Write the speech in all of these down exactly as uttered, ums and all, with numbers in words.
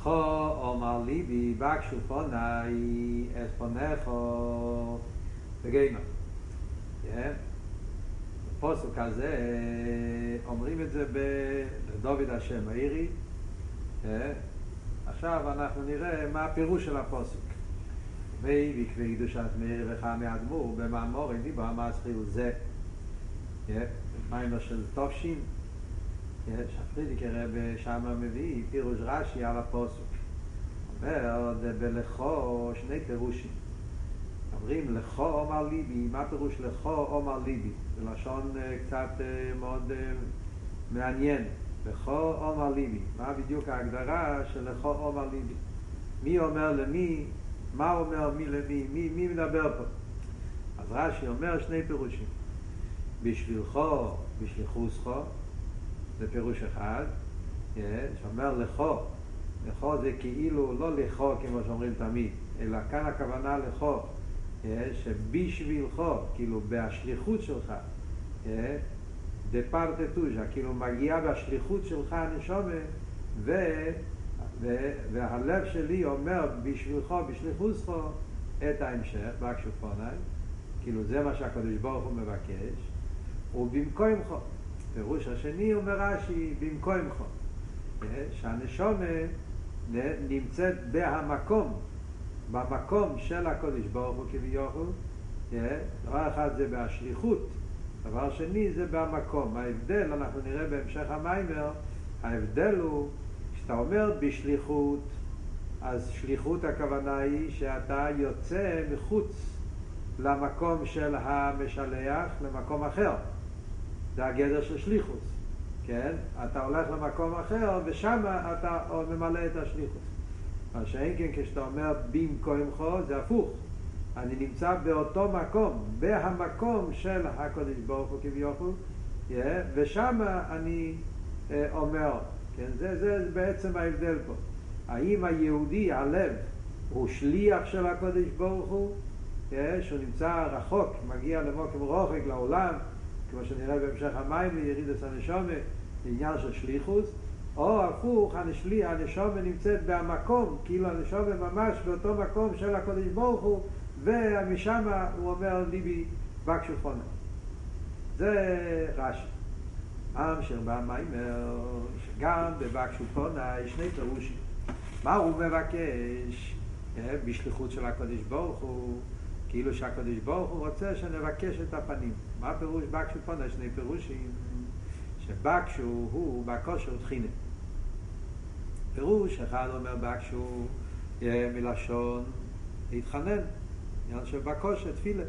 לכו אומר ליבי בקשו פונאי את פונךו בגיימה. בפוסק הזה אומרים את זה בדוד השם העירי. עכשיו אנחנו נראה מה הפירוש של הפוסק. ויהי בקדושת מאיר וחמי אדמו"ר במאמר אין דיבר מסחיר זה מיימר של תופשין שפרידיקי רב שמה מביא פירוש רש"י על הפוסק. אומר בלכו שני פירושים. אומרים לכו אומר ליבי. מה פירוש לכו אומר ליבי? זה לשון קצת מאוד מעניין. לכו אומר ליבי. מה בדיוק ההגדרה של לכו אומר ליבי? מי אומר למי? מה אומר מי למי? מי, מי מדבר פה? אז רש"י אומר שני פירושים. בשבילך, בשליחוסך, זה פירוש אחד. שאומר לכו. לכו זה כאילו לא לכו כמו שאומרים תמיד, אלא כאן הכוונה לכו. שבשבילך, כאילו בהשליחות שלך, דפרטה טוז'ה, כאילו מגיעה בשליחות שלך הנשמה, ו... והלב שלי אומר בשבילך, בשליחותך, את ההמשך, בקשו פונאי, כאילו זה מה שהקדוש ברוך הוא מבקש, ובמקומך, פירוש השני אומר רש"י, במקומך, שהנשמה נמצאת בהמקום, במקום של הקדוש ברוך הוא כביכול. דבר אחד זה בהשליחות, דבר שני זה במקום. ההבדל, אנחנו נראה בהמשך המיימר, ההבדל הוא כשאתה אומר בשליחות, אז שליחות הכוונה היא שאתה יוצא מחוץ למקום של המשלח למקום אחר. זה הגדר של שליחות, כן? אתה הולך למקום אחר ושם אתה ממלא את השליחות. מה שאין כן כשאתה אומר במקומך זה הפוך. אני נמצא באותו מקום, בהמקום של הקדוש ברוך הוא כביכול, ושם אני אומר, כן? זה, זה בעצם ההבדל פה. האם היהודי, הלב, הוא שליח של הקדוש ברוך הוא, שהוא נמצא רחוק, מגיע למוקם רוחק לעולם, כמו שנראה בהמשך המים לירידת הנשמה, לעניין של שליחות, או הפוך, הנשלי, הנשמה נמצאת במקום, כאילו הנשמה ממש באותו מקום של הקדוש ברוך הוא, ומשם הוא אומר ליבי בקשו פונאי. זה רש"י. ממשיך במיימר שגם בבקשו פונאי שני פירושים. מה הוא מבקש? בשליחות של הקדוש ברוך הוא, כאילו שהקדוש ברוך הוא רוצה שנבקש את הפנים. מה פירוש בקשו פונאי? שני פירושים. שבקשו הוא בקושר תחינה. פירוש אחד אומר בקשו מלשון להתחנן, עניין של בקושר תפילה.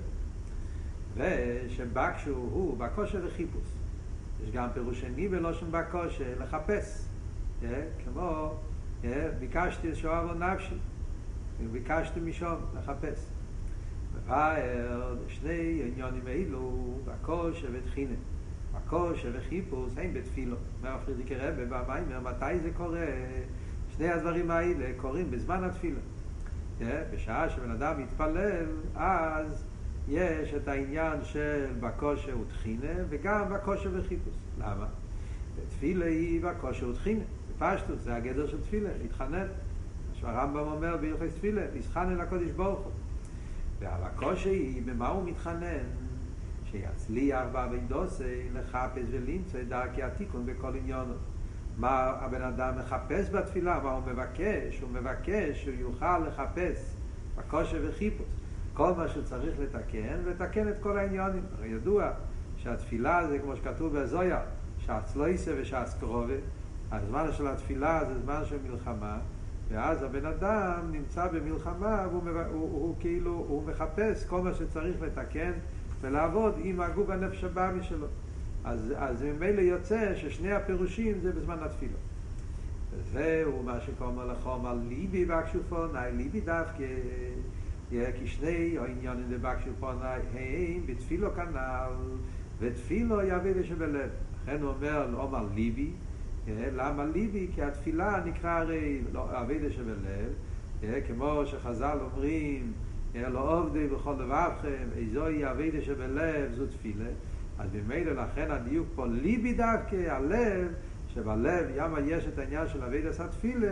ושבקשו הוא בקושר וחיפוש. יש גם פירוש שני בלושן בקושר לחפש, כמו ביקשתי שאוהב לו נפשי, ביקשתי משום לחפש. ובאר שני עניונים האלו בקושר ותחינה. הקושר וחיפוש הם בתפילו. אומר פרידיקי רב במיימר, מתי זה קורה? שני הדברים האלה קורים בזמן התפילה. בשעה שבן אדם מתפלל, אז יש את העניין של בקושר ותחינה, וגם בקושר וחיפוש. למה? בתפילה היא בקושר ותחינה. בפשטות זה הגדר של תפילה, להתחנן. שהרמב"ם אומר בהלכות תפילה, להתחנן לקדוש ברוך הוא. והבקושר היא, במה הוא מתחנן? שיצליח בעבודתו לחפש ולמצוא את דרכי התיקון בכל עניינו. מה הבן אדם מחפש בתפילה? מה הוא מבקש? הוא מבקש שהוא יוכל לחפש בקושר וחיפוש כל מה שצריך לתקן, ולתקן את כל העניינים. הרי ידוע שהתפילה זה כמו שכתוב בזויה, שהצלויסה ושהסקרובה. הזמן של התפילה זה זמן של מלחמה, ואז הבן אדם נמצא במלחמה והוא הוא, הוא, הוא כאילו הוא מחפש כל מה שצריך לתקן ולעבוד עם הגוף הנפש הבאמי שלו. אז, אז ממילא יוצא ששני הפירושים זה בזמן התפילה. וזהו מה שקוראים לכו אמר ליבי בקשו פונאי, ליבי דווקא, כי שני העניינים בבקשו פונאי הם בתפילו כנ"ל, ותפילו יעבוד שבלב. לכן הוא אומר, לא אומר ליבי. למה ליבי? כי התפילה נקרא הרי עבודה שבלב, כמו שחז"ל אומרים, לא עובדי בכל לבבכם, איזוהי עבודה שבלב, זו תפילה. אז במילא לכן הדיוק פה ליבי דווקא, הלב, שבלב ימה יש את העניין של עבודת התפילה,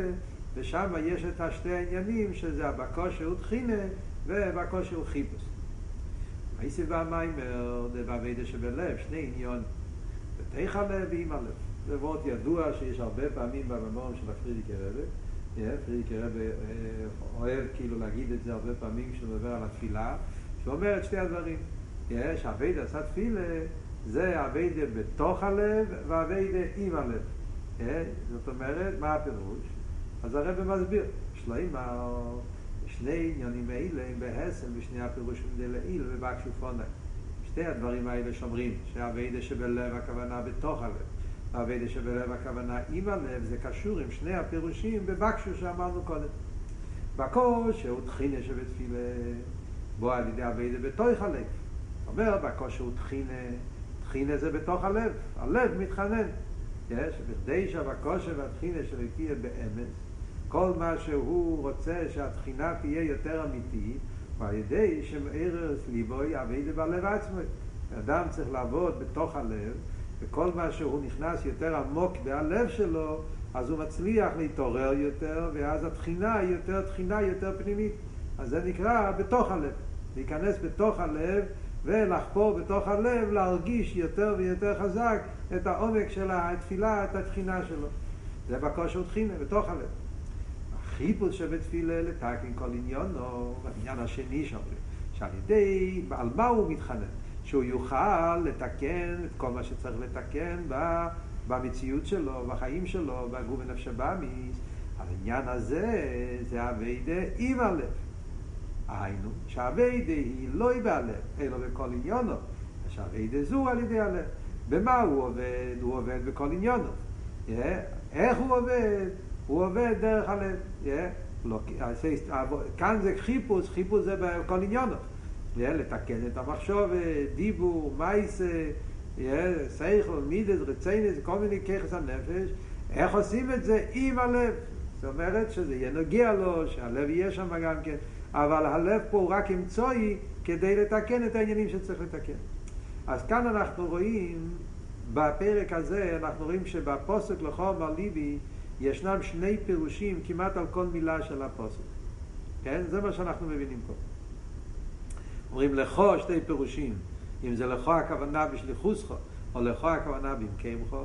ושם יש את השתי העניינים שזה הבקושה ותחינה ובקושה וחיפוש. מייסי והמיימר ובעבודה שבלב, שני עניון, בתיך הלב ועם הלב. זה מאוד ידוע שיש הרבה פעמים במאמרים של הפרידיקי רבי, פרידיקי רבי אוהב כאילו להגיד את זה הרבה פעמים כשהוא מדבר על התפילה, שהוא אומר את שתי הדברים. יש עבודה עשה תפילה, זה עבודה בתוך הלב ועבודה עם הלב. זאת אומרת, מה הפירוש? אז הרב מסביר, שלמה, שני עניינים האלה הם בהסם ושני הפירושים דלעיל ובקשופונה. שתי הדברים האלה שומרים, שהעבודה שבלב הכוונה בתוך הלב, העבודה שבלב הכוונה עם הלב, זה קשור עם שני הפירושים בבקשו שאמרנו קודם. בקוש הוא תחינה שבתפילה, בו על ידי עבודה בתוך הלב. אומר, בקוש הוא תחינה, תחינה זה בתוך הלב, הלב מתחנן. יש, בכדי שהבקוש והתחינה שלקיה באמץ, כל מה שהוא רוצה שהתחינה תהיה יותר אמיתית, ועל ידי שמאיר ליבו יעבוד בלב עצמו. האדם צריך לעבוד בתוך הלב, וכל מה שהוא נכנס יותר עמוק בהלב שלו, אז הוא מצליח להתעורר יותר, ואז התחינה היא יותר תחינה, יותר פנימית. אז זה נקרא בתוך הלב. להיכנס בתוך הלב, ולחפור בתוך הלב, להרגיש יותר ויותר חזק את העומק של התפילה, את התחינה שלו. זה בקוש ותחינה, בתוך הלב. החיפוש שבתפילה לתקן כל עניון, או העניין השני שאומרים, שעל ידי, על מה הוא מתחנן? שהוא יוכל לתקן את כל מה שצריך לתקן במציאות שלו, בחיים שלו, בגוף ונפש הבאמיס. העניין הזה, זה עבודה עם הלב. היינו, שהעבודה היא לא בלב, אלא בכל עניונו. שהעבודה זו על ידי הלב. במה הוא עובד? הוא עובד בכל עניונו. איך הוא עובד? הוא עובד דרך הלב. כאן זה חיפוש, חיפוש זה בכל עניונו. לתקן את המחשוב, דיבור, מייסה, שכל, מידס, רציינס, כל מיני כיחס הנפש. איך עושים את זה? עם הלב. זאת אומרת שזה יהיה נוגע לו, שהלב יהיה שם גם כן. אבל הלב פה הוא רק אמצעי כדי לתקן את העניינים שצריך לתקן. אז כאן אנחנו רואים, בפרק הזה, אנחנו רואים שבפוסק לחומר ליבי, ישנם שני פירושים כמעט על כל מילה של הפוסק. כן? זה מה שאנחנו מבינים פה. אומרים לכו שתי פירושים. אם זה לכו הכוונה בשליחוסכו, או לכו הכוונה במקיימכו.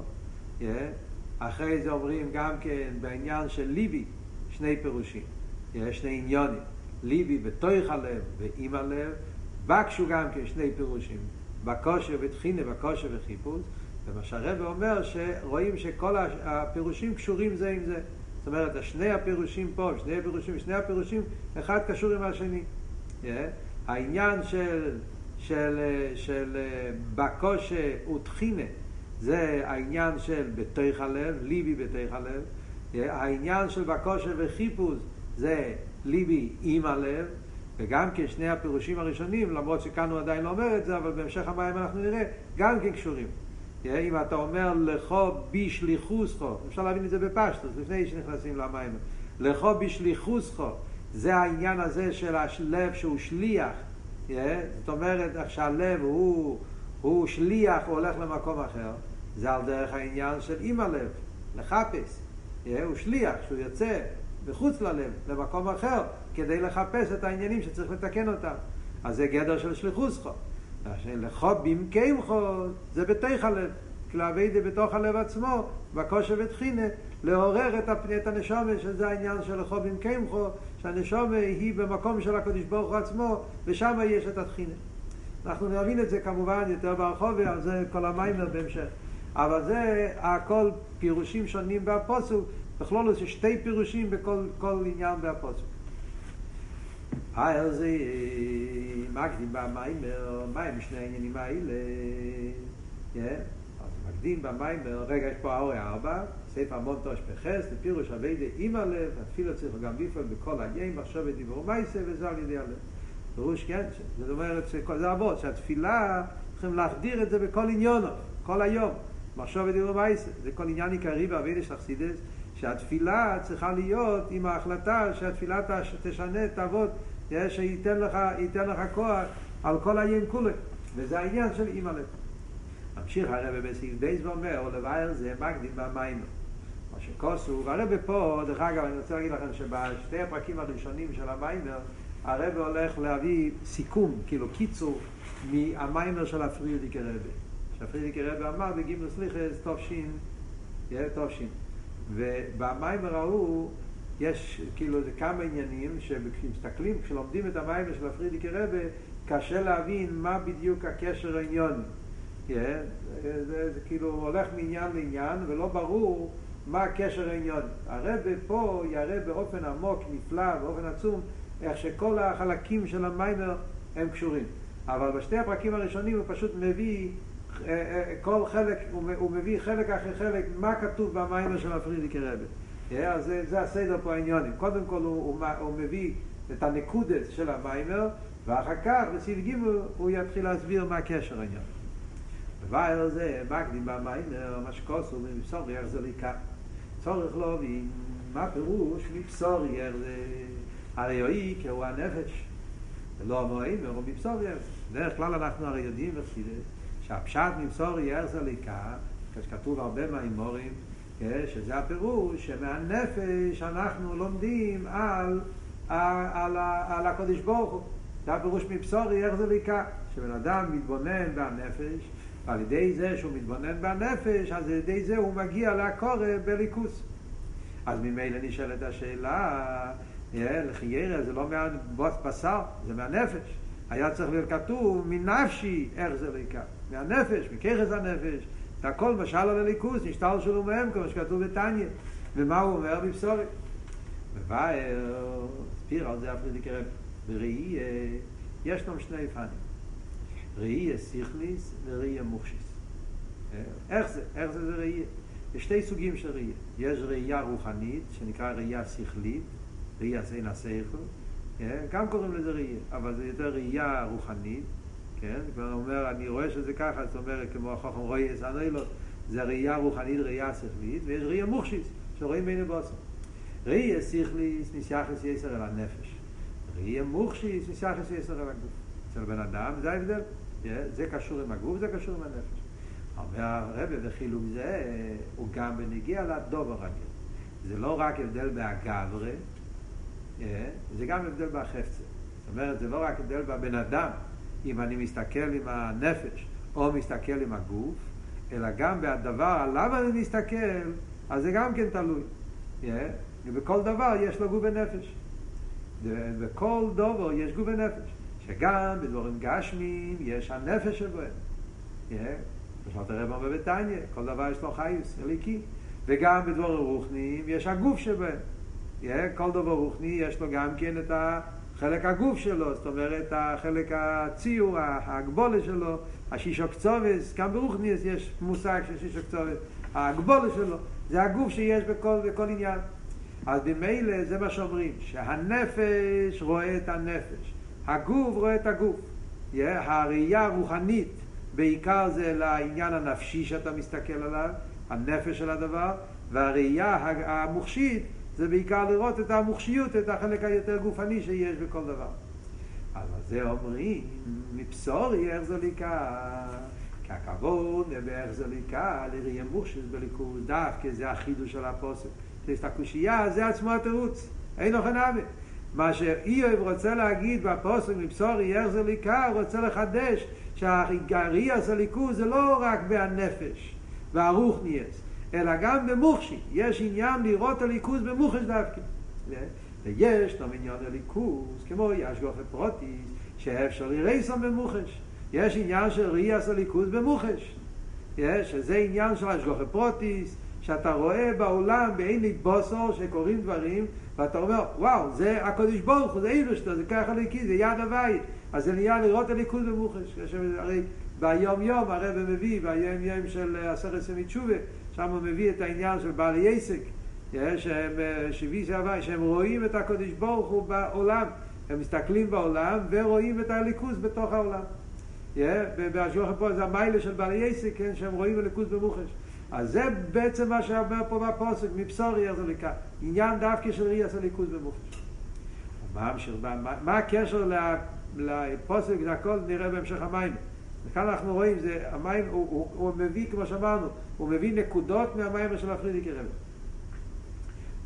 אחרי זה אומרים גם כן בעניין של ליבי, שני פירושים. יש שני עניונים. ליבי בתוך הלב ועם הלב. בקשו גם כן שני פירושים. בקושה ותחינה, בקושה וחיפוש. ומה שהרב אומר שרואים שכל הפירושים קשורים זה עם זה. זאת אומרת, שני הפירושים פה, שני הפירושים, שני הפירושים, אחד קשור עם השני. Yeah. העניין של, של, של בקושה ותחינה, זה העניין של בתוך הלב, ליבי בתוך הלב. Yeah. העניין של בקושה וחיפוש, זה ליבי עם הלב. וגם כן שני הפירושים הראשונים, למרות שכאן הוא עדיין לא אומר את זה, אבל בהמשך המים אנחנו נראה, גם כן קשורים. אם אתה אומר לכו בשליחוסכו, אפשר להבין את זה בפשטוס, לפני שנכנסים למים. לכו בשליחוסכו, זה העניין הזה של הלב שהוא שליח. זאת אומרת, שהלב הוא, הוא שליח, הוא הולך למקום אחר. זה על דרך העניין של עם הלב, לחפש. הוא שליח, שהוא יוצא מחוץ ללב, למקום אחר, כדי לחפש את העניינים שצריך לתקן אותם. אז זה גדר של שליחוסכו. לכו במקיימכו, זה בתוך הלב. כלעבודה בתוך הלב עצמו, בקושה ותחינה, לעורר את, את הנשומה, שזה העניין של לכו במקיימכו, שהנשומה היא במקום של הקדוש ברוך הוא עצמו, ושם יש את התחינה. אנחנו נבין את זה כמובן יותר ברחוב, על זה כל המיימר בהמשך. אבל זה הכל פירושים שונים בהפוסוק, בכלול זה שתי פירושים בכל כל עניין בהפוסוק. היי, זה מקדים במיימר, מים שני העניינים האלה. אז מקדים במיימר, רגע, יש פה האורי ארבע, ספר המון תוש פחס, לפירוש עבודה עם הלב, התפילה צריך גם לפעול בכל העניין, מחשוב ודיבור מייסה, וזה על ידי הלב. פירוש כן, זאת אומרת שזה עבוד, שהתפילה צריכים להחדיר את זה בכל עניונו, כל היום. מחשוב ודיבור מייסה, זה כל עניין עיקרי בעבודה של חסידות, שהתפילה צריכה להיות עם ההחלטה שהתפילה תשנה, תעבוד, שייתן לך, ייתן לך כוח על כל היום כולו. וזה העניין של עם הלב. ממשיך הרב בסעיף בייס ואומר, או לבאר זה מקדים במים. מה שכוסו, והרבא פה, דרך אגב, אני רוצה להגיד לכם שבשתי הפרקים הראשונים של המיימר, הרבא הולך להביא סיכום, כאילו קיצור, מהמיימר של הפרידיקי רבא. שהפרידיקי רבא אמר בגימל סליחס, תופשין, תופשין. ובמיימר ההוא, יש כאילו זה כמה עניינים שכשמסתכלים, כשלומדים את המיימר של הפרידיקי רבא, קשה להבין מה בדיוק הקשר העניון. Yeah, זה, זה, זה כאילו הולך מעניין לעניין ולא ברור מה הקשר העניון. הרבא פה יראה באופן עמוק, נפלא, באופן עצום, איך שכל החלקים של המיימר הם קשורים. אבל בשתי הפרקים הראשונים הוא פשוט מביא כל חלק, הוא מביא חלק אחרי חלק מה כתוב במיימר של הפרידיקי רבא. Yeah, אז זה, זה הסדר פה העניונים. קודם כל הוא, הוא, הוא מביא את הנקודות של המיימר, ואחר כך בסעיף ג' הוא יתחיל להסביר מה הקשר העניין. ובעל זה מקדים במיימר, מה שכוסו מבשורי איך זה ליקה. צורך לא להבין מה פירוש מבשורי איך זה. הרי יואי כי הוא הנפש. ולא המיימר הוא מבשורי איך זה. דרך כלל אנחנו הרי יודעים וחסידת שהפשט מבשורי איך זה ליקה, כשכתוב הרבה מהאמורים, שזה הפירוש שמהנפש אנחנו לומדים על, על, על, על הקודש ברוך הוא. זה הפירוש מבשורי איך זה ליקה. שבן אדם מתבונן בנפש, ועל ידי זה שהוא מתבונן בנפש, אז על ידי זה הוא מגיע לקורא בליכוס. אז ממילא נשאלת השאלה, לחיירה זה לא מהבוס בשר, זה מהנפש. היה צריך להיות כתוב מנפשי איך זה ליקה. מהנפש, מכיחס הנפש. זה הכל משל על הליכוס, נשתל שלו מהם, כמו שכתוב בתניא. ומה הוא אומר בבשורי? ובאר, ספיר על זה הפרידיקי רבא. בראי, יש לנו שני פנים. ראייה סיכליס וראייה מוחשיס. איך זה? איך זה זה ראייה? יש שתי סוגים של ראייה. יש ראייה רוחנית, שנקרא ראייה שכלית, ראייה סין השכל. גם קוראים לזה ראייה, אבל זה יותר ראייה רוחנית. כן? כבר אומר, אני רואה שזה ככה, זאת אומרת, כמו החוכם רואה את הנוילות, זה ראייה רוחנית, ראייה שכלית, ויש ראייה מוחשיס, שרואים בין הבוסם. ראייה שכליס, נסייחס יסר אל הנפש. ראייה מוחשיס, נסייחס יסר אל הגוף. אצל בן אדם, זה ההבדל. זה קשור עם הגוף, זה קשור עם הנפש. אומר הרבא בחילוק זה, הוא גם בנגיע לדובר רגיל. זה לא רק הבדל בהגברה, זה גם הבדל בחפצה. זאת אומרת, זה לא רק הבדל בבן אדם, אם אני מסתכל עם הנפש, או מסתכל עם הגוף, אלא גם בדבר עליו אני מסתכל, אז זה גם כן תלוי. ובכל דבר יש לו גוף ונפש. בכל דבר יש גוף ונפש. שגם בדברים גשמיים יש הנפש שבהם. בשמת הרב אומר בתניא, כל דבר יש לו חייס, אליקי. וגם בדברים רוחניים יש הגוף שבהם. כל דבר רוחני יש לו גם כן את החלק הגוף שלו, זאת אומרת, החלק הציור, ההגבולה שלו, השישו קצובס, גם ברוחני יש מושג של שישו קצובס, ההגבולה שלו, זה הגוף שיש בכל, בכל עניין. אז במילא זה מה שאומרים, שהנפש רואה את הנפש. הגוף רואה את הגוף. Yeah, הראייה הרוחנית בעיקר זה לעניין הנפשי שאתה מסתכל עליו, הנפש של הדבר, והראייה המוחשית זה בעיקר לראות את המוחשיות, את החלק היותר גופני שיש בכל דבר. אז זה אומרים, מבשורי איך זה ליקה, כי הכבוד באיך זה ליקה, לראייה מוחשית בליכוז, דווקא זה החידוש של הפוסק. יש את הקושייה, זה עצמו התירוץ, אין לו חנאבי. מה שאיוב רוצה להגיד בפוסק מבשורי איך זה ליקה, הוא רוצה לחדש שהראייה של הליכוז זה לא רק בהנפש והרוחניאס, אלא גם במוחשי. יש עניין לראות הליכוז במוחש דווקא. ויש גם עניין הליכוז, כמו יש גוף פרוטיס, שאפשר לרייסם במוחש. יש עניין של ראייה של הליכוז במוחש. שזה עניין של השגוח פרוטיס, שאתה רואה בעולם בעין להתבוסר שקוראים דברים, ואתה אומר, וואו, זה הקודש ברוך הוא, זה אילושטו, זה ככה ליקי, זה יד הווי. אז זה נהיה לראות הליכוז במוחש. הרי ביום יום הרב מביא, ביום יום של עשרת ימי תשובה, שם הוא מביא את העניין של בעלי עסק, שהם שביעי הווי, שהם רואים את הקודש ברוך הוא בעולם. הם מסתכלים בעולם ורואים את הליכוז בתוך העולם. בהשגוח פה זה המיילה של בעלי עסק, שהם רואים הליכוז במוחש. אז זה בעצם מה שאומר פה בפוסק, מבשורי איך זה ליקה. עניין דווקא של ראייה של הליכוז במוחש. ומה מה הקשר לפוסק, זה הכל נראה בהמשך המים. וכאן אנחנו רואים, זה, המים, הוא, הוא, הוא מביא, כמו שאמרנו, הוא מביא נקודות מהמים של הפרידיקי רבא.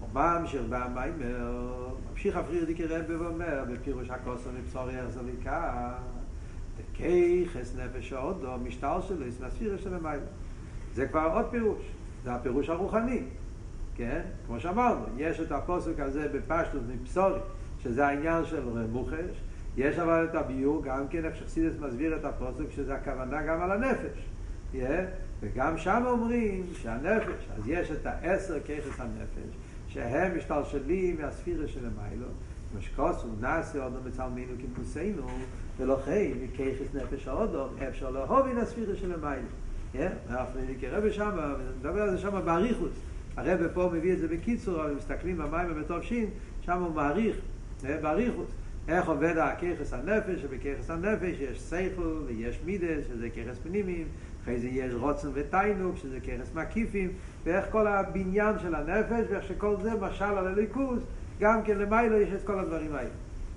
ממשיך במיימר, ממשיך הפרידיקי רבי ואומר בפירוש הכוסו מבשורי הרזליקה, כיחס נפש האודו משטר שלו יש מהספירה של המיימר. זה כבר עוד פירוש, זה הפירוש הרוחני, כן? כמו שאמרנו, יש את הפוסק הזה בפשטות מבשורי, שזה העניין של מוחש, יש אבל את הביור גם כן איך שחסידס מסביר את הפוסק שזה הכוונה גם על הנפש, yeah? וגם שם אומרים שהנפש, אז יש את העשר כיחס הנפש שהם משתלשלים מהספירה של המיילו, משקוסו נעשה אודו מצלמינו כמוסנו, ולכן מכיחס נפש האודו אפשר לאהוב מן הספירה של המיילו. הפרידיקי רבי שם, מדבר על זה שם בעריכות. הרבי פה מביא את זה בקיצור, אבל מסתכלים במים ובתופשין, שם הוא מעריך, בעריכות. איך עובד הכיחס הנפש, שבכיחס הנפש יש שכל ויש מידס, שזה כיחס פנימיים, אחרי זה יש רוצן ותיינוק, שזה כיחס מקיפים, ואיך כל הבניין של הנפש, ואיך שכל זה משל על הליכוז, גם כן למיילו יש את כל הדברים האלה.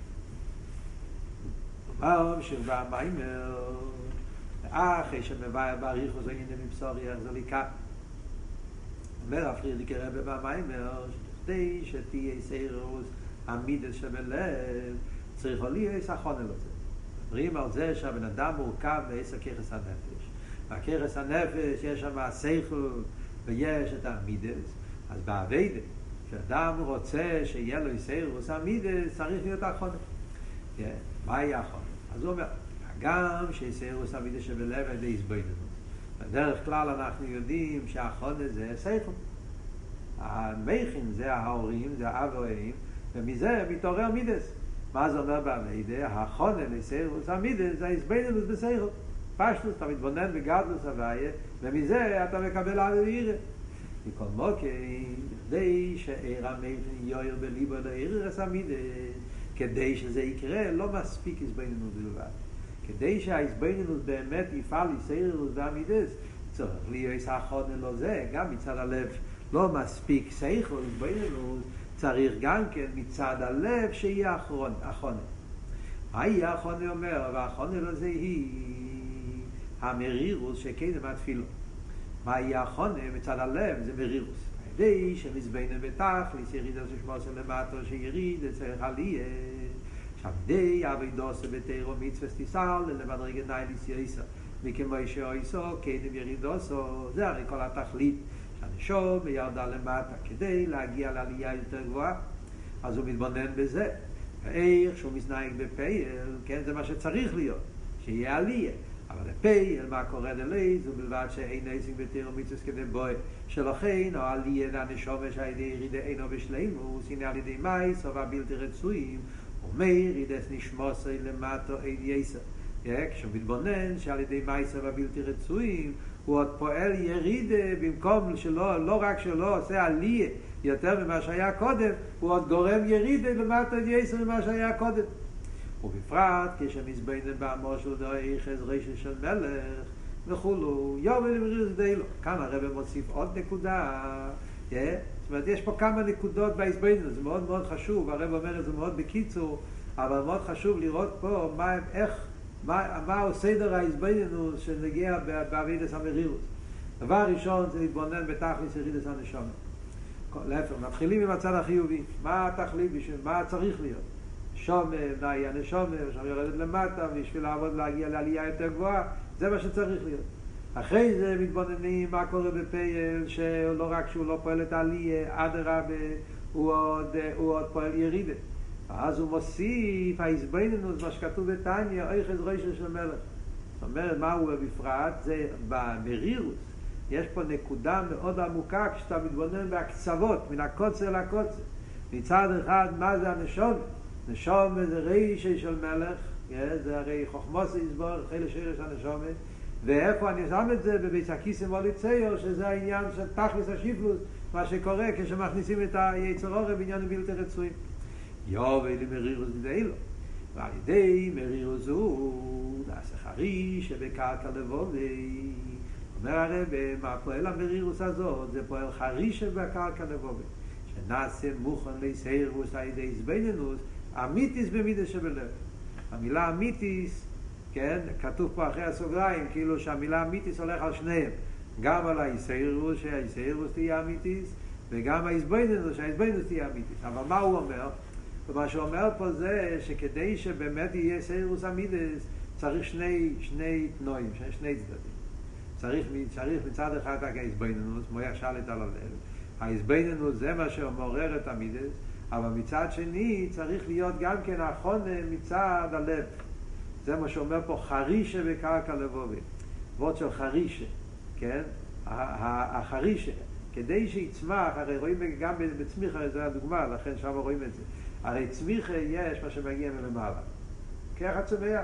מה שבא מיימר, אחרי שמביא בעריכו זה עניין מבשורי הרזליקה. אומר הפרידיקי רבי במיימר, שתכדי שתהיה סיירוס המידס שבלב, צריך להיות החונן לזה. מדברים על זה שהבן אדם מורכב בעשר כיחס הנפש. בכיחס הנפש יש שם השכל ויש את המידס. אז בעבודה, כשאדם רוצה שיהיה לו סיירוס המידס, צריך להיות החונן. מה יהיה החונן? אז הוא אומר, גם שסיירוס המידס שבלב על ידי הסביננות. בדרך כלל אנחנו יודעים שהחונן זה שכל. המכין זה ההורים, זה האב והאם, ומזה מתעורר מידס. מה זה אומר בעבודה? החונן לסיירוס המידס זה הסביננות בסייכל. פשטוס, אתה מתבונן בגדלוס הוויה, ומזה אתה מקבל אבי וירא. מכל מוקרים, כדי שעיר המכין יויר בליבו לעיר המידס, כדי שזה יקרה, לא מספיק הסביננות בלבד. כדי שההסביננות באמת יפעל לסיירוס והמידס, צריך להיות החונן לו זה, גם מצד הלב לא מספיק סייכל, הסביננות, צריך גם כן מצד הלב שיהיה החונן. מה יהיה החונן אומר? והחונן הזה היא המרירוס שקדם התפילו. מה יהיה החונן מצד הלב? זה מרירוס. הידי שמזבנן בתכליס יריד על ששמו של למטו שיריד צריך עליה. עכשיו די עבודו שבתירו מצווה סטיסל למדרגה נייליס יריסה. מכמו שאויסו קדם ירידוסו. זה הרי כל התכלית. שהנשום ירדה למטה כדי להגיע לעלייה יותר גבוהה, אז הוא מתבונן בזה. איך שהוא מסנהג בפייל, כן, זה מה שצריך להיות, שיהיה עלייה. אבל הפייל, מה קורה דלי, זה בלבד שאין נסים בתירו מצווה כדי בוי, שלכן, או עלייה לנשום שהידי ירידה אינו בשלימוס, הנה על ידי מי, סובה בלתי רצויים, אומר, ירידס נשמוסי למטו אין יסר. כשהוא מתבונן שעל ידי מי, סובה בלתי רצויים, הוא עוד פועל ירידה במקום שלא, לא רק שלא עושה עלייה יותר ממה שהיה קודם, הוא עוד גורם ירידה למטה יסר ממה שהיה קודם. ובפרט כשמזבנן בעמו של דואי חזרי של מלך וכולו, יום ולמריר זה די לו. כאן הרב מוסיף עוד נקודה, yeah? זאת אומרת, יש פה כמה נקודות בהסבנן, זה מאוד מאוד חשוב, הרב אומר את זה מאוד בקיצור, אבל מאוד חשוב לראות פה מה, איך, מה, מהו סדר ההסבננות שנגיע בעבידת המרירות. דבר ראשון זה להתבונן בתכלס ירידת הנשמה. להפך, מתחילים עם הצד החיובי. מה התכלית בשביל, מה צריך להיות? שומם, נאי הנשומם, שם יורדת למטה, בשביל לעבוד להגיע לעלייה יותר גבוהה, זה מה שצריך להיות. אחרי זה מתבוננים מה קורה בפייל, שלא רק שהוא לא פועל את העלייה, אדרבה, הוא עוד, הוא עוד פועל ירידה. אז הוא מוסיף, ההסבננות, מה שכתוב בתניא, אייחז ראשו של מלך. זאת אומרת, מה הוא בפרט? זה במרירוס. יש פה נקודה מאוד עמוקה, כשאתה מתבונן בהקצוות, מן הקוצר לקוצר. מצד אחד, מה זה הנשום? נשום זה ראשו של מלך, זה הרי חוכמוס יסבור, חילה שרש הנשום. ואיפה אני שם את זה? בבית הכיסם וליציור, שזה העניין של תכלס השיפלוס, מה שקורה כשמכניסים את היצר אורם בעניין בלתי רצויים. יובי למרירוס גדי לו. ועל ידי מרירוס הוא נעשה חריש שבקרקע לבובי. אומר הרב, מה פועל המרירוס הזאת? זה פועל חריש שבקרקע לבובי. שנעשה מוכן לסיירוס על ידי הסבננות, אמיתיס במידה שבלב. המילה אמיתיס, כן, כתוב פה אחרי הסוגריים, כאילו שהמילה אמיתיס הולך על שניהם. גם על היסיירוס, שהיסיירוס תהיה אמיתיס, וגם ההסביננות, שההסביננות תהיה אמיתית. אבל מה הוא אומר? ומה שהוא אומר פה זה שכדי שבאמת יהיה סיירוס אמיתס, צריך שני, שני תנועים, שני צדדים. צריך, צריך מצד אחד ההסביננות, כמו ישלט על הלב. ההסביננות זה מה שמעורר את אמיתס, אבל מצד שני צריך להיות גם כן החונה מצד הלב. זה מה שאומר פה חרישה בקרקע לבובי. ועוד של חרישה, כן? החרישה. כדי שיצמח, הרי רואים גם בצמיחה, זה הדוגמה, לכן שם רואים את זה. הרי צמיחה יש מה שמגיע מלמעלה. ככה צומח.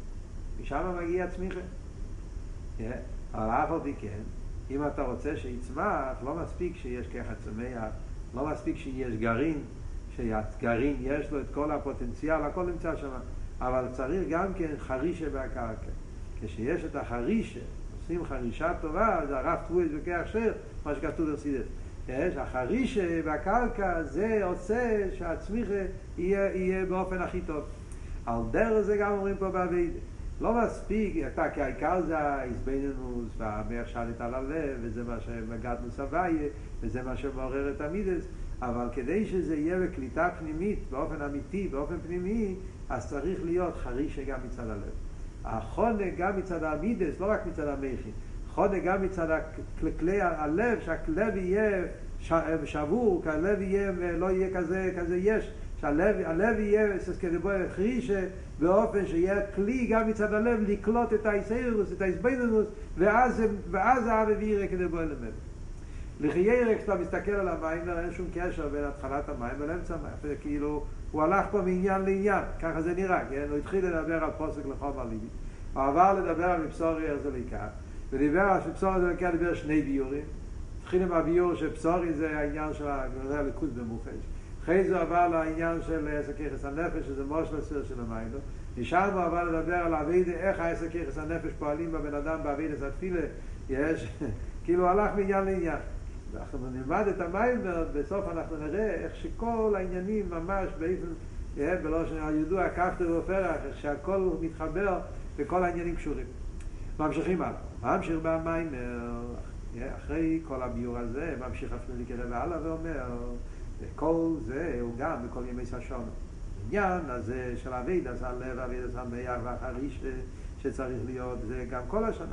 משם מגיע צמיחה. Yeah. אבל אף על פי כן, אם אתה רוצה שיצמח, לא מספיק שיש ככה צומח, לא מספיק שיש גרעין, שהגרעין יש לו את כל הפוטנציאל, הכל נמצא שם. אבל צריך גם כן חרישה בקרקע. כשיש את החרישה, עושים חרישה טובה, זה הרב טבועס בכך שיר, מה שכתוב בחסידות. יש, החרישה בקרקע זה עושה שהצמיחה יהיה, יהיה באופן הכי טוב. על דרך זה גם אומרים פה בעבידה. לא מספיק, אתה, כי העיקר זה ההסביננות והמח שליט על הלב, וזה מה שמגדנו סבייה, וזה מה שמעורר את המידס, אבל כדי שזה יהיה בקליטה פנימית, באופן אמיתי, באופן פנימי, אז צריך להיות חרישה גם מצד הלב. החונה גם מצד המידס, לא רק מצד המחין, חונה גם מצד כלי הלב, שהלב יהיה שבור, שהלב יהיה, לא יהיה כזה, כזה יש, שהלב הלב יהיה כדבו חרישה, באופן שיהיה כלי גם מצד הלב לקלוט את האיסאירוס, את האיסביננות, ואז, ואז האבב יראה כדבו אלמד. לחיירה, כשאתה מסתכל על המים, אין שום קשר בין התחלת המים ולאמצע המים. כאילו, הוא הלך פה מעניין לעניין, ככה זה נראה, כן? הוא התחיל לדבר על פוסק לחומר ליבי, הוא עבר לדבר על מבשורי הרזליקה, ודיבר על מבשורי הרזליקה, דיבר שני ביורים. התחיל עם הביור שבשורי זה העניין של הליכוז במוחש. אחרי זה עבר לעניין של עשר כיחס הנפש, שזה מושל הסיר של המים. משם הוא עבר לדבר על עבידה, איך העשר כיחס הנפש פועלים בבן אדם בעבידה התפילה, יש, כאילו הלך מעניין לעניין. אנחנו נלמד את המים, ובסוף אנחנו נראה איך שכל העניינים ממש באיפן, בלושן הידוע, כפתר ופרח, איך שהכל מתחבר וכל העניינים קשורים. ממשיכים הלאה. ממשיך במים, אחרי כל הביור הזה, ממשיך אפילו לקרב הלאה ואומר, וכל זה הוא גם בכל ימי ששון. העניין הזה של עבידה, זה הלב, עבידה, זה המח והחריש שצריך להיות, זה גם כל השנה.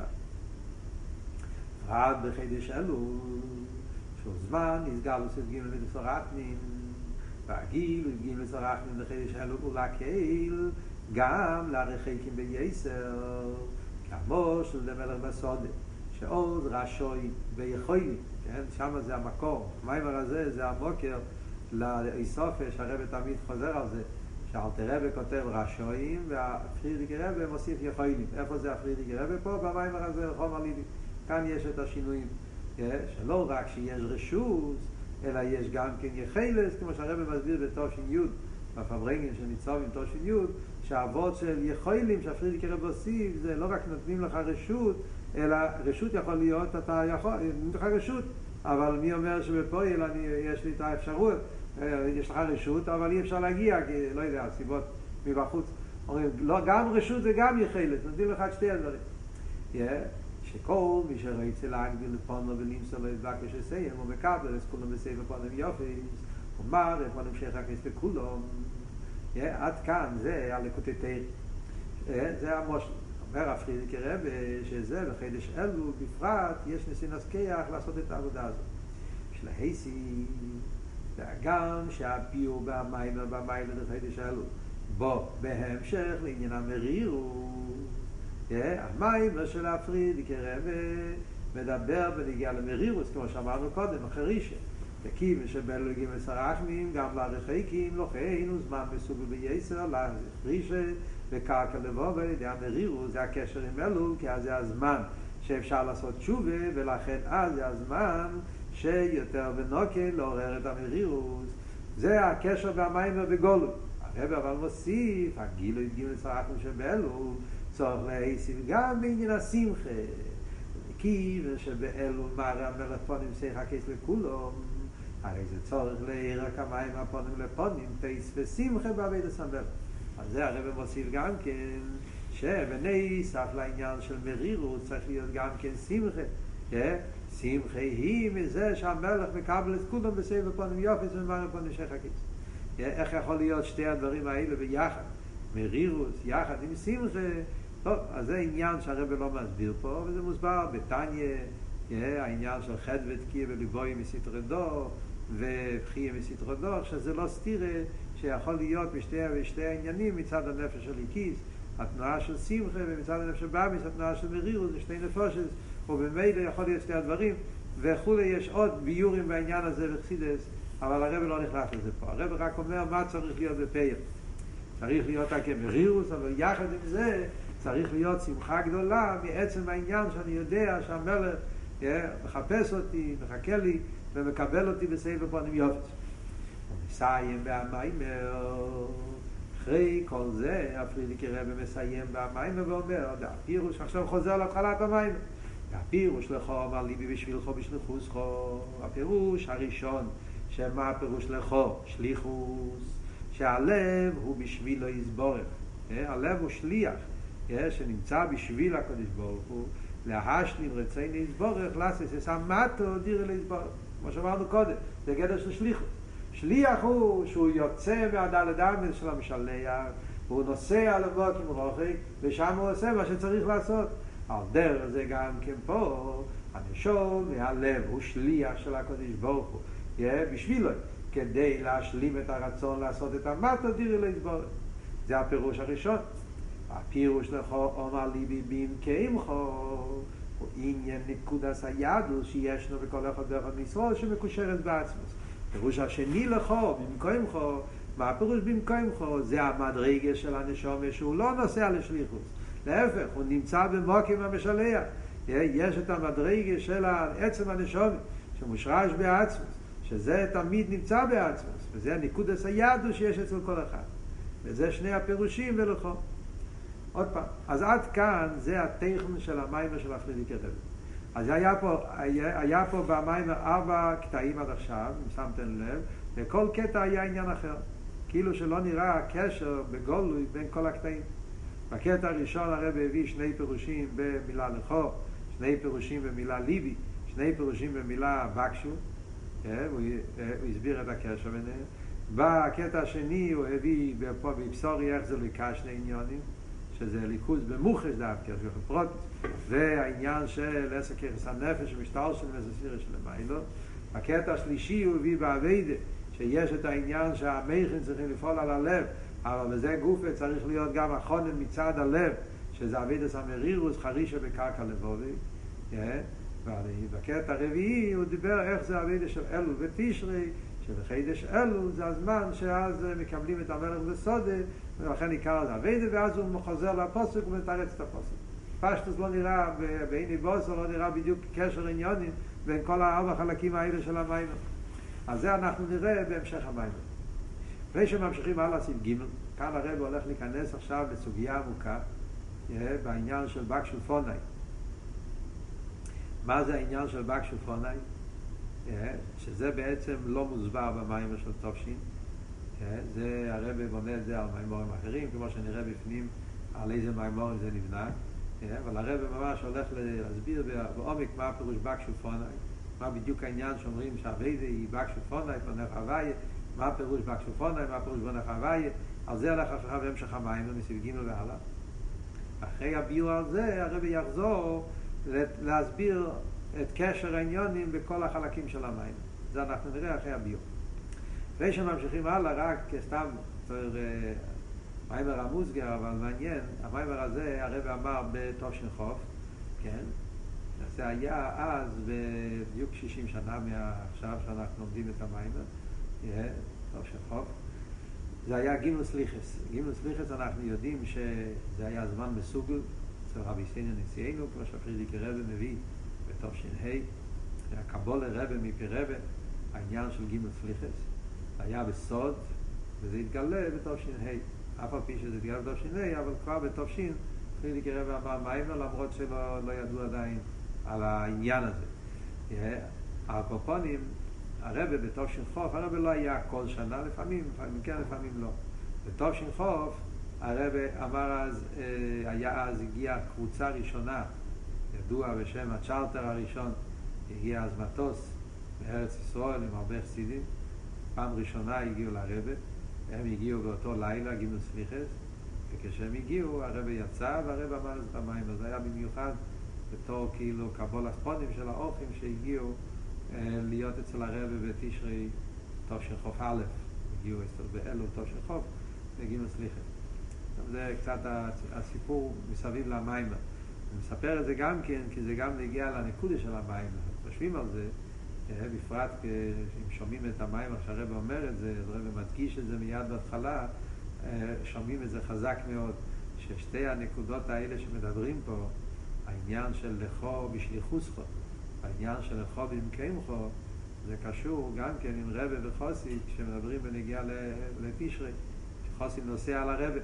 עד בחידש אלול, שהוא זמן, נסגר לסד גימל ודסורתנין, והגיל, גימל ודסורתנין בחידש אלול, ולקהיל, גם לרחקים בייסר, כמו של למלך בסודה, שעוז רשוי ויכולים, כן? שם זה המקור. המיימר הזה זה המוקר לאיסופש, הרב תמיד חוזר על זה, שאלתר רבי כותב רשויים, והפרידיק רבי מוסיף יכולים. איפה זה הפרידיק רבי? פה במיימר הזה, חומר ליבי. כאן יש את השינויים, שלא רק שיש רשות, אלא יש גם כן יחילס, כמו שהרבי מסביר בתושין יוד, בפברנגן שניצוב עם תושין יוד, שהאבות של יכולים, שהפרידיק רבי הוסיף, זה לא רק נותנים לך רשות, אלא רשות יכול להיות, אתה יכול, נותנים לך רשות, אבל מי אומר שבפועל אני, יש לי את האפשרות, יש לך רשות, אבל אי אפשר להגיע, כי לא יודע, הסיבות מבחוץ. אומרים, לא, גם רשות וגם יחילס, נותנים לך את שתי הדברים. Yeah. שכל מי שרצה להגביל לפונו ולמסור לו את בקש לסיים, הוא מקבל את כולם בסייב לפונם יופי, הוא אומר, לפונם שיחכס לכולם. עד כאן זה הלקוטי תאיר. זה המושל. אומר הפרידיק רבי שזה בחידש אלול בפרט יש נסינס כיח לעשות את העבודה הזאת. של ההסי, והגם שהביאו במיימר במיימר לחידש אלול, בו בהמשך לעניין המרירות, המיימר של הפרידיק רבי מדבר בנגיעה למרירות, כמו שאמרנו קודם, החרישה. וכיוון שבאלו הגיעים לסרחמים, גם לרחקים, לא חיינו זמן מסוגל בייסר, לחרישה, וקרקע לבוא, על ידי המרירות, זה הקשר עם אלול, כי אז זה הזמן שאפשר לעשות תשובה, ולכן אז זה הזמן שיותר ונוקל לעורר את המרירות. זה הקשר במיימר בגולו. הרב אבל מוסיף, הגילו ידגיעו לצרחנו שבאלול, צורך להיסיף גם בעניין השמחה. כיוון שבאלול מראה המלך פונים שיחה כיס לכולם, הרי זה צורך להעיר כמיים הפונים לפונים, תיס ושמחה בעבד הסמבל. אז זה הרב מוסיף גם כן, שבני סף לעניין של מרירות צריך להיות גם כן שמחה. שמחה היא מזה שהמלך מקבל את כולם בסבב פנים יופס וממר פנים שחקיס. איך יכול להיות שתי הדברים האלה ביחד? מרירוס יחד עם שמחה. טוב, אז זה עניין שהרב לא מסביר פה, וזה מוסבר בתניא, העניין של חד ותקיע וליבוי מסתרי דור ובחייה מסתרי דור, שזה לא סתירה שיכול להיות בשתי, בשתי העניינים מצד הנפש של איקיס, התנועה של שמחה, ומצד הנפש של באמיס, התנועה של מרירוס, זה שתי נפושת, ובמילא יכול להיות שתי הדברים, וכולי יש עוד ביורים בעניין הזה וחסידס, אבל הרב לא נכנס לזה פה. הרב רק אומר מה צריך להיות בפייר. צריך להיות כמרירוס, אבל יחד עם זה צריך להיות שמחה גדולה מעצם העניין שאני יודע שהמלך מחפש אותי, מחכה לי ומקבל אותי בסבב פנים יופס. ומסיים בהמיימר, אחרי כל זה הפרידיקי רבי מסיים בהמיימר ואומר, הפירוש עכשיו חוזר להתחלת המיימר. הפירוש לכו אמר ליבי בשבילכו בשליחוסכו. הפירוש הראשון, שמה הפירוש לכו? שליחוס, שהלב הוא בשבילו יסבורך. הלב הוא שליח שנמצא בשביל הקדוש ברוך הוא להשלים רצון יסבורך לעשות סמטו דירה ליסבורך, כמו שאמרנו קודם, זה גדר של שליחות. שליח הוא שהוא יוצא מהדלת אמס של המשלח, הוא נוסע למוקים רוחק ושם הוא עושה מה שצריך לעשות. על דרך זה גם כן פה הנשום מהלב הוא שליח של הקדוש ברוך הוא בשבילו כדי להשלים את הרצון לעשות את המטו דירה ליסבורך. זה הפירוש הראשון. הפירוש לכו אומר ליבי במקיימכו הוא עניין נקודס הידוס שישנו בכל אחד ואחד מישראל שמקושרת בעצמוס. הפירוש השני לכו במקיימכו, מה הפירוש במקיימכו? זה המדרגה של הנשום שהוא לא נוסע לשליחוס, להפך, הוא נמצא במוקים המשלח. יש את המדרגה של עצם הנשום שמושרש בעצמוס, שזה תמיד נמצא בעצמוס, וזה נקודס הידוס שיש אצל כל אחד. וזה שני הפירושים ולכו. עוד פעם, אז עד כאן זה הטכן של המיימר של הפרידיקי רבי. אז היה פה, היה, היה פה במיימר ארבע קטעים עד עכשיו, אם שמתם לב, וכל קטע היה עניין אחר. כאילו שלא נראה הקשר בגולוי בין כל הקטעים. בקטע הראשון הרבי הביא שני פירושים במילה לכו, שני פירושים במילה ליבי, שני פירושים במילה בקשו, הוא, הוא הסביר את הקשר ביניהם. בקטע השני הוא הביא פה בפסורי איך זה ליקה שני עניונים, שזה ליכוז במוחש דווקא, והעניין של עסק יחס הנפש ומשטר של מססיר של המיילו. הקטע השלישי הוא הביא בעבודה, שיש את העניין שהמייכן צריכים לפעול על הלב, אבל בזה גופה צריך להיות גם החונן מצד הלב, שזה עבודת המרירוס, חרישה בקרקע לבובי. ובקטע הרביעי הוא דיבר איך זה עבודה של אלול ותשרי, שבחידש אלול זה הזמן שאז מקבלים את המלך בסודה, ולכן עיקר זה עבודה, ואז הוא חוזר לפוסק ומתרץ את הפוסק. פשטוס לא נראה, בעיני בוסר לא נראה בדיוק קשר עניונים בין כל הארבע חלקים האלה של המיימר. אז זה אנחנו נראה בהמשך המיימר. לפני שממשיכים הלאה סעיף ג', כאן הרב הולך להיכנס עכשיו לסוגיה עמוקה בעניין של בקשו פונאי. מה זה העניין של בקשו פונאי? שזה בעצם לא מוסבר במיימר של תופשין. זה הרב בונה את זה על מיימורים אחרים, כמו שנראה בפנים על איזה מיימורים זה נבנה. אבל הרב ממש הולך להסביר בעומק מה הפירוש בקשו פונאי, מה בדיוק העניין שאומרים שהעבודה היא בקשו פונאי, פונך הוויה, מה הפירוש בקשו פונאי, מה הפירוש פונך הוויה. על זה הלך אחריו בהמשך המיימר מסעיף ג' והלאה. אחרי הביור על זה הרב יחזור להסביר את קשר העניונים בכל החלקים של המיימר. זה אנחנו נראה אחרי הביור. לפני שממשיכים הלאה, רק כסתם מיימר המוסגר, אבל מעניין, המיימר הזה הרב אמר בתושן חוף, כן? זה היה אז בדיוק שישים שנה מעכשיו שאנחנו לומדים את המיימר, תושן חוף. זה היה גימל סליחס. גימל סליחס אנחנו יודעים שזה היה זמן מסוגל אצל רבי סיינו נשיאנו, כמו שהפרידיקי רבי מביא בתושן ה', הקבולה רבי מפי רבי, העניין של גימל סליחס. זה היה בסוד, וזה התגלה בתושין ה'. אף על פי שזה התגלה בתושין ה', אבל כבר בתושין, פרידיקי רבי אמר מיימר, למרות שלא לא ידעו עדיין על העניין הזה. הקופונים, הרבי בתושין חוף, הרבי לא היה כל שנה, לפעמים, לפעמים כן, לפעמים לא. בתושין חוף, הרבי אמר אז, היה אז, הגיעה קבוצה ראשונה, ידוע בשם הצ'רטר הראשון, הגיע אז מטוס בארץ ישראל עם הרבה חסידים, פעם ראשונה הגיעו לרבה, הם הגיעו באותו לילה, גימל סליחס, וכשהם הגיעו הרבה יצא והרבה אמר את המים, אז היה במיוחד בתור כאילו קבול הספונים של האורחים שהגיעו להיות אצל הרבה בתשרי טוב של חוף א', הגיעו אצל באלו טוב של חוף, וגימל סליחס. זה קצת הסיפור מסביב למים. אני מספר את זה גם כן, כי זה גם נגיע לנקודה של המים. חושבים על זה, בפרט אם שומעים את המים, כשהרב אומר את זה, אז הרב מדגיש את זה מיד בהתחלה, שומעים את זה חזק מאוד, ששתי הנקודות האלה שמדברים פה, העניין של לכו בשליחוסכו, העניין של לכו במקיימכו, זה קשור גם כן עם רבי וחוסי, כשמדברים בנגיע לתשרי, שחוסי נוסע על הרבי.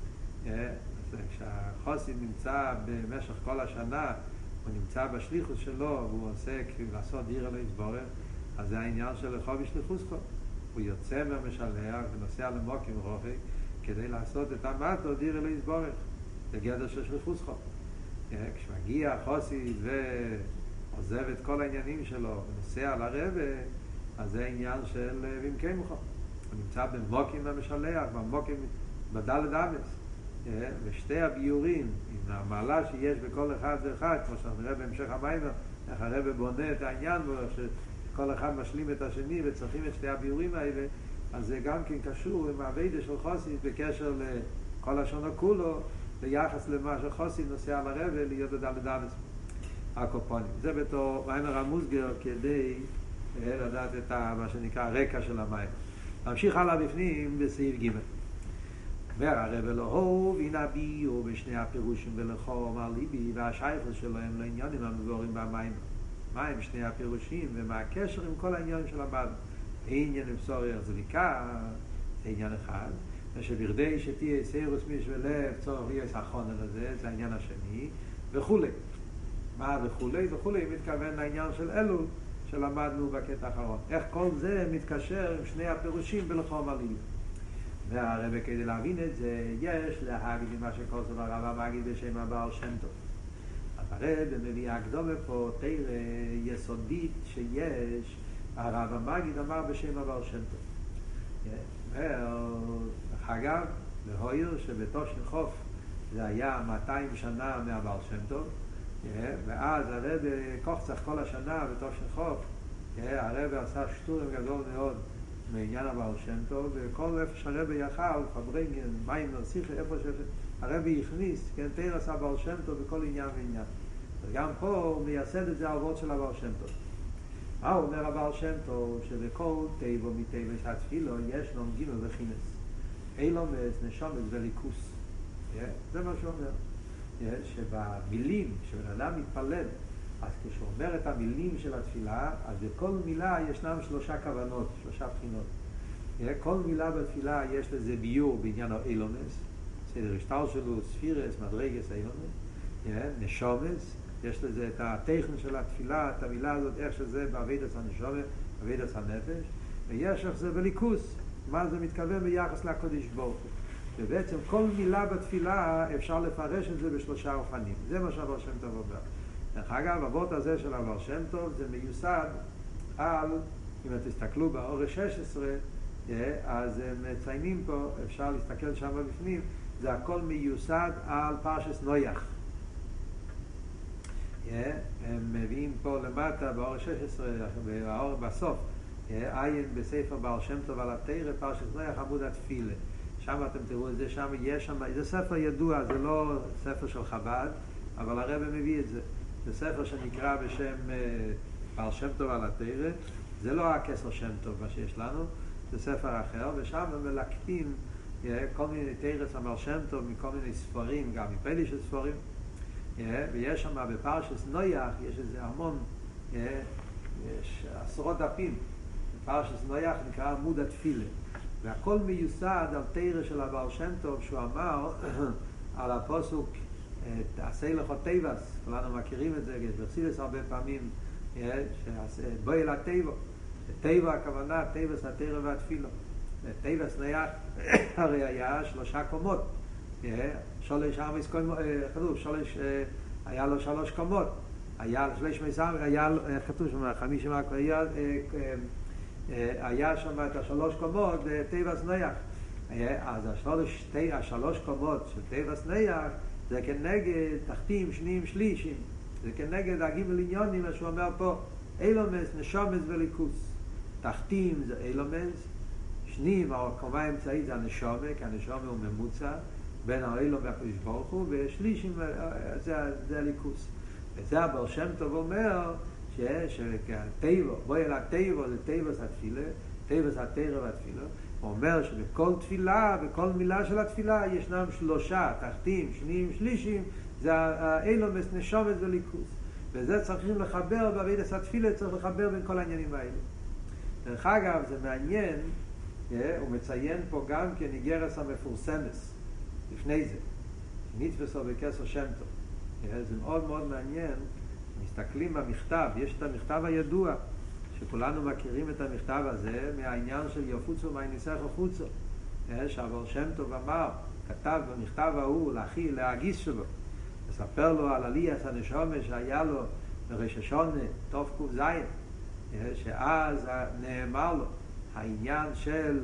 כשהחוסי נמצא במשך כל השנה, הוא נמצא בשליחוס שלו, והוא עושה כאילו לעשות דיר אלוהי יתברך, אז זה העניין של לכו בשליחוסכו. הוא יוצא מהמשלח ונוסע למוקים רוחק, כדי לעשות את המטו דיר אלוהי יתברך. זה גדר של שליחוסכו. כשמגיע החוסי ועוזב את כל העניינים שלו ונוסע לרבה, אז זה העניין של במקיימכו. הוא נמצא במוקים מהמשלח, במוקים בדלת אמס. ושתי הביורים, עם המעלה שיש בכל אחד ואחד, כמו שאנחנו נראה בהמשך המים, איך הרב בונה את העניין בו, שכל אחד משלים את השני וצריכים את שתי הביורים האלה, אז זה גם כן קשור עם העבודה של חוסי בקשר לכל השונו כולו, ביחס למה שחוסי נוסע על הרב להיות בדלת אמס הקופונים. זה בתור מיימר המוסגר כדי לדעת את מה שנקרא הרקע של המים. נמשיך הלאה בפנים בסעיף ג'. והרב אלוהו ונביאו בשני הפירושים ולכו אמר ליבי והשייכות שלהם לעניינים המבורים במים. מה הם שני הפירושים ומה הקשר עם כל העניינים של הבד. העניין לבשור זריקה זה עניין אחד, ושבכדי שתהיה סיירוס מיש ולב צורך יהיה סחונן לזה, זה העניין השני וכולי. מה וכולי? וכולי מתכוון לעניין של אלול שלמדנו בקטע האחרון. איך כל זה מתקשר עם שני הפירושים ולכו אמר ליבי. והרבא כדי להבין את זה, יש להגיד מה שכוסו הרב המגיד בשם הבעל שם טוב. אז הרבא מביא הקדומה פה תירה יסודית שיש, הרב המגיד אמר בשם הבעל שם טוב. ואגב, להויר שבתושן חוף זה היה מאתיים שנה מהבעל שם טוב, ואז הרבא קוחצח כל השנה בתושן חוף, הרבא עשה שטורם גדול מאוד מעניין הבעל שם טוב, וכל איפה שהרבא יחל, פברנגן, מים נרסיכה, איפה שהרבא הכניס, כן, תרס הבעל שם טוב בכל עניין ועניין. וגם פה הוא מייסד את זה על עבוד של הבעל שם טוב. מה הוא אומר הבעל שם טוב? שבכל טבע מטבע שהתפילו יש נום גימל וחינס. אילומס, נשומס וליכוס. זה מה שהוא אומר. שבמילים, שבן אדם מתפלל, אז כשהוא אומר את המילים של התפילה, אז בכל מילה ישנם שלושה כוונות, שלושה בחינות. כל מילה בתפילה יש לזה ביור בעניין האילומס, סדר השטר שלו, ספירס, מדרגס האילומס, נשומס, יש לזה את הטכן של התפילה, את המילה הזאת, איך שזה בעבודת הנשמה, בעבודת הנפש, ויש איך זה בליכוס, מה זה מתכוון ביחס לקדוש ברוך הוא. ובעצם כל מילה בתפילה אפשר לפרש את זה בשלושה אופנים. זה מה שהבעל שם טוב אומר. דרך אגב, אבות הזה של הבעל שם טוב זה מיוסד על, אם תסתכלו באור שש עשרה, אז מציינים פה, אפשר להסתכל שם בפנים, זה הכל מיוסד על פרשס נויח. הם מביאים פה למטה באור שש עשרה, באור בסוף, עין בספר בעל שם טוב על התורה, פרשס נויח עמוד התפילה. שם אתם תראו את זה, שם יש שם, זה ספר ידוע, זה לא ספר של חב"ד, אבל הרב מביא את זה. זה ספר שנקרא בשם בעל שם טוב על התורה, זה לא הכסר שם טוב מה שיש לנו, זה ספר אחר, ושם הם מלקטים כל מיני תרס הבעל שם טוב מכל מיני ספרים, גם מפלי של ספרים, ויש שם בפרשס נויח, יש איזה המון, יש עשרות דפים, בפרשס נויח נקרא עמוד התפילה, והכל מיוסד על תרס של הבעל שם טוב, שהוא אמר על הפסוק תעשה לך טבעס, כולנו מכירים את זה, בחסידות הרבה פעמים, בוא אל הטבע, טבע הכוונה, טבעס התורה והתפילה. טבעס נהיה, הרי היה שלושה קומות, שלוש עמוס קומות, כתוב, שלוש, היה לו שלוש קומות, היה, שליש מסמך, היה, כתוב שם, חמישים מקום, היה, היה שם את השלוש קומות בטבעס נויח. אז השלוש, השלוש קומות של טבעס נויח זה כנגד תחתים, שנים, שלישים. זה כנגד הגימל עניונים, מה שהוא אומר פה, אילומס, נשומס וליכוס. תחתים זה אילומס, שנים, הקומה האמצעית זה הנשומה, כי הנשומה הוא ממוצע, בין האילום והקדוש ברוך הוא, ושלישים זה, זה הליכוס. וזה הבר שם טוב אומר, שהטבע, בוא אל הטבע, זה טבע זה התפילה, טבע זה התרא והתפילה, הוא אומר שבכל תפילה, בכל מילה של התפילה, ישנם שלושה, תחתים, שנים, שלישים, זה האילומס, נשומס וליכוס. וזה צריכים לחבר, בעבודת התפילה צריך לחבר בין כל העניינים האלה. דרך אגב, זה מעניין, הוא מציין פה גם כן איגרס המפורסמס, לפני זה, נתפסו בכסר שם טוב. זה מאוד מאוד מעניין, מסתכלים במכתב, יש את המכתב הידוע, שכולנו מכירים את המכתב הזה, מהעניין של יפוצו מהניסח החוצו. שהבר שם טוב אמר, כתב במכתב ההוא, לאחי, להגיס שלו, מספר לו על עליית הנשמה שהיה לו בראש השונה, טוב קוף זין, שאז נאמר לו העניין של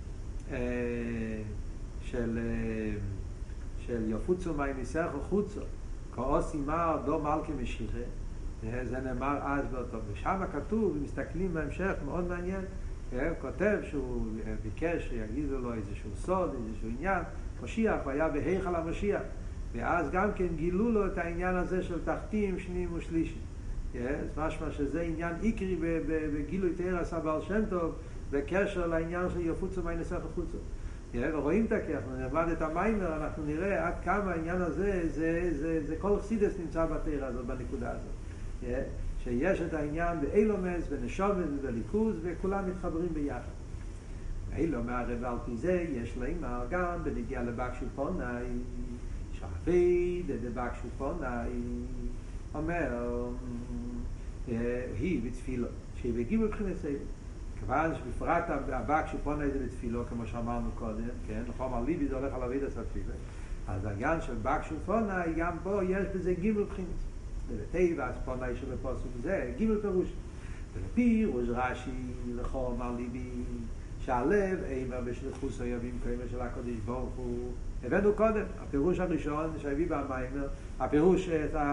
של של יפוצו מהניסח החוצו, כאוס אימר דו מלכי משיחה, זה נאמר אז באותו, ושם כתוב, ומסתכלים בהמשך, מאוד מעניין, הוא כותב שהוא ביקש שיגידו לו איזשהו סוד, איזשהו עניין, משיח, הוא היה בהיכל המשיח, ואז גם כן גילו לו את העניין הזה של תחתים, שנים ושלישים. אז משמע שזה עניין עיקרי בגילוי תורה עשה בעל שם טוב, בקשר לעניין של יפוצו מהניסח החוצו. רואים את הכך, אנחנו נלמד את המיימר, אנחנו נראה עד כמה העניין הזה, זה, זה, זה כל חסידס נמצא בתורה הזאת, בנקודה הזאת. שיש את העניין באילומס, בנשומס ובליכוז, וכולם מתחברים ביחד. אילו מהרב על פי זה, יש להימר גם בנגיע לבקשו פונאי, שעבי דבקשו פונאי, אומר, היא בתפילו, שהיא בגיבו מבחינת סייב. כיוון שבפרט הבקשו פונאי זה בתפילו, כמו שאמרנו קודם, כן? נכון, על ליבי זה הולך על אבידס התפילה. אז העניין של בקשו פונאי, גם פה יש בזה גיבו מבחינת. ובטבע, אז פונאי שבפוסק זה, גיבו פירוש. ולפי ראש רש"י, לחום על ליבי, שהלב אימא בשליחוס הימים כאימא של הקדוש ברוך הוא. הבאנו קודם, הפירוש הראשון שהביא במיימר, הפירוש,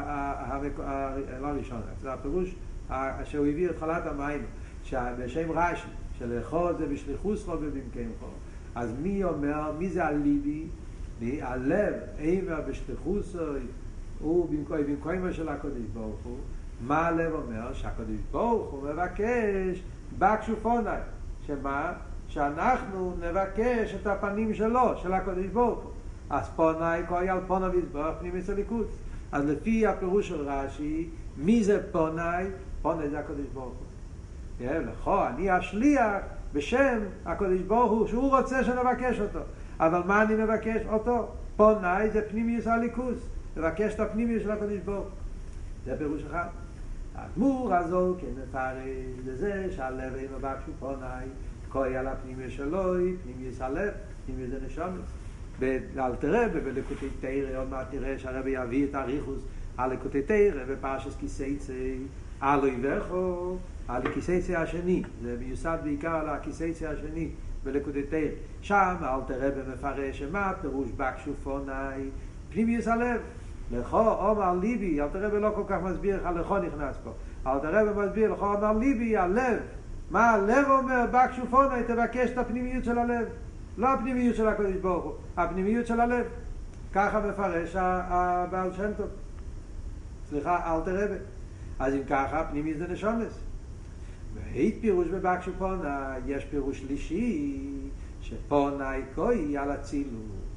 לא הראשון, זה הפירוש שהוא הביא את חלת המיימר, שבשם רש"י, שלאכול זה בשליחוס חו ובמקיים חו. אז מי אומר, מי זה הליבי? הלב אימא בשליחוס הוא במקוימה של הקדוש ברוך הוא. מה הלב אומר? שהקדוש ברוך הוא מבקש בקשו פונאי. שמה? שאנחנו נבקש את הפנים שלו, של הקדוש ברוך הוא. אז פונאי קורא על פונאי ויזבח פנימיס הליכוז. אז לפי הפירוש של רש"י, מי זה פונאי? פונאי זה הקדוש ברוך הוא. לכו, אני השליח בשם הקדוש ברוך הוא, שהוא רוצה שנבקש אותו. אבל מה אני מבקש אותו? פונאי זה פנימיס הליכוז. לבקש את הפנימיס של הקדוש ברוך הוא. זה פירוש אחד. הגמור הזו כמפרש לזה שהלב אין מבקשו פונאי, קוי על הפנימי שלו, פנימיס הלב, פנימיס זה נשומס. ואלתר רבי בליקוטי תורה, עוד מעט נראה שהרבי יביא את הריחוס על ליקוטי תורה בפרשת כיסייצי, על אויבכו, על כיסייצי השני, זה מיוסד בעיקר על הכיסייצי השני בליקוטי תורה. שם אלתר רבי מפרש שמה פירוש בקשו פונאי, פנימיס הלב. לכו אומר ליבי, אלתר רבי לא כל כך מסביר איך הלכו נכנס פה. אלתר רבי מסביר, לכו אומר ליבי, הלב. מה הלב אומר? בקשו פונאי, תבקש את הפנימיות של הלב. לא הפנימיות של הקדוש ברוך הוא, הפנימיות של הלב. ככה מפרש הבעל שם טוב. סליחה, אלתר רבי. אז אם ככה, פנימיות זה נשומס. והית פירוש בבקשו פונאי, יש פירוש שלישי, שפונאי קוי על הצילוס.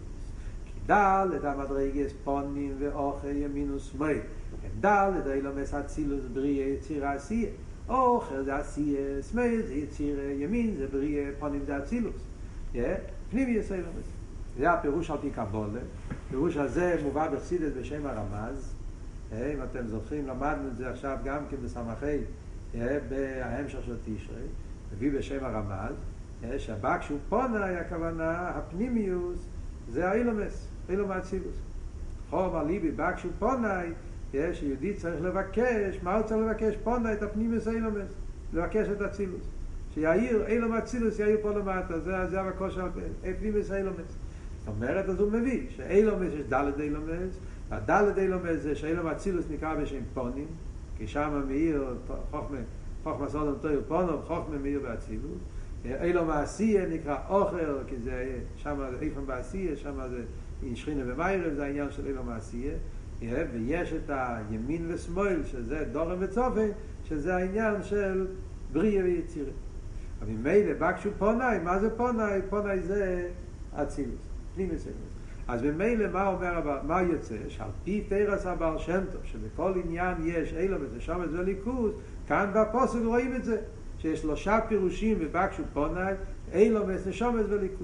דל את המדרגס פונים ואוכל ימין ושמאל. דל את אילומס הצילוס בריאה יצירה עשייה. אוכל זה עשייה, שמאל זה יצירה, ימין זה בריאה, פונים זה הצילוס. פנימי יסי אילומס. זה הפירוש על פי קבולה. הפירוש הזה מובא בחסידות בשם הרמז. אם אתם זוכרים, למדנו את זה עכשיו גם כן בסמכי, בהמשך של תשרי. מביא בשם הרמז, שבקשו פונאי הכוונה, הפנימיוס, זה האילומס, אילום האצילוס. חום על ליבי בקשו פונאי, שיהודי צריך לבקש, מה הוא צריך לבקש? פונה את הפנימיוס אילומס, לבקש את אצילוס. שיעיר אילום אצילוס יעיר פה למטה, זה, זה הבקוש של פנימיוס אילומס. זאת אומרת, אז הוא מביא שאילומס יש דלת אילומס, והדלת אילומס זה שאילום אצילוס נקרא בשם פונים, כי שם מאיר חוכמה, חוכמה סודום תויר פונום, חוכמה מאיר באצילוס. אילום העשייה נקרא אוכל, כי זה שם זה איפן בעשייה, שם זה שכינה ומיירב, זה העניין של אילום העשייה. ויש את הימין ושמאל, שזה דורם וצופן, שזה העניין של בריאה ויצירה. אבל ממילא בקשו פונאי, מה זה פונאי? פונאי זה אצילוס, פנימיוס אילומס. אז ממילא מה אומר, מה יוצא? שעל פי תרס הבעל שם טוב, שבכל עניין יש אילומס ושומץ וליכוז, כאן בפוסק רואים את זה, שיש שלושה פירושים בבקשו פונאי, אילומס ושומץ וליכוז.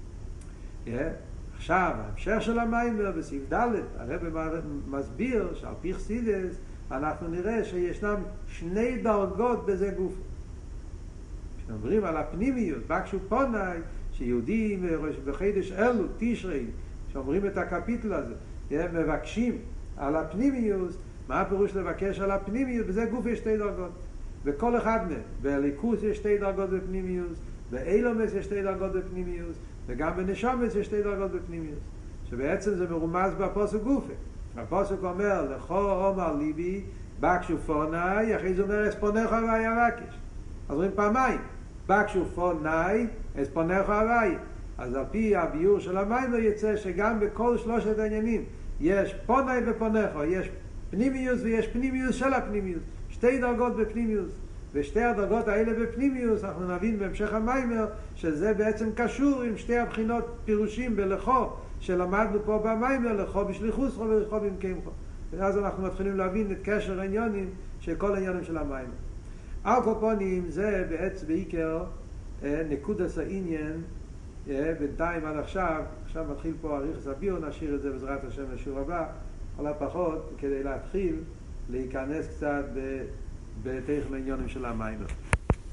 עכשיו, ההמשך של המיימר בסעיף ד' הרב מסביר שעל פי חסידס אנחנו נראה שישנם שני דרגות בזה גוף. כשאומרים על הפנימיות, בקשו פונאי, שיהודים בחידש אלו, תשרי, שאומרים את הקפיטל הזה, מבקשים על הפנימיות, מה הפירוש לבקש על הפנימיות? בזה גוף יש שתי דרגות. בכל אחד מהם, בליכוס יש שתי דרגות בפנימיות, באילומס יש שתי דרגות בפנימיות, וגם בנשומס יש שתי דרגות בפנימיות. שבעצם זה מרומז בפוסק גופה. הפוסק אומר, לכו אומר ליבי, בקשו פונאי, אחרי זה אומר, אספונך הוואי אבקש. אז אומרים פעמיים, בקשו פונאי, אספונך הוואי. אז על פי הביור של המיימר יצא שגם בכל שלושת העניינים, יש פונאי ופונכו, יש פנימיוס ויש פנימיוס של הפנימיוס. שתי דרגות בפנימיוס. ושתי הדרגות האלה בפנימיוס, אנחנו נבין בהמשך המיימר, שזה בעצם קשור עם שתי הבחינות פירושים בלכו, שלמדנו פה במיימר, לכו בשליחוס חו ולכו במקיימכו. ואז אנחנו מתחילים להבין את קשר העניונים של כל העניינים של המיימר. על כל פנים, זה בעצם בעיקר נקודס העניין, בינתיים עד עכשיו, עכשיו מתחיל פה אריכוס הביור, נשאיר את זה בעזרת השם לשיעור הבא, על הפחות, כדי להתחיל להיכנס קצת בתכן העניונים של המיימר.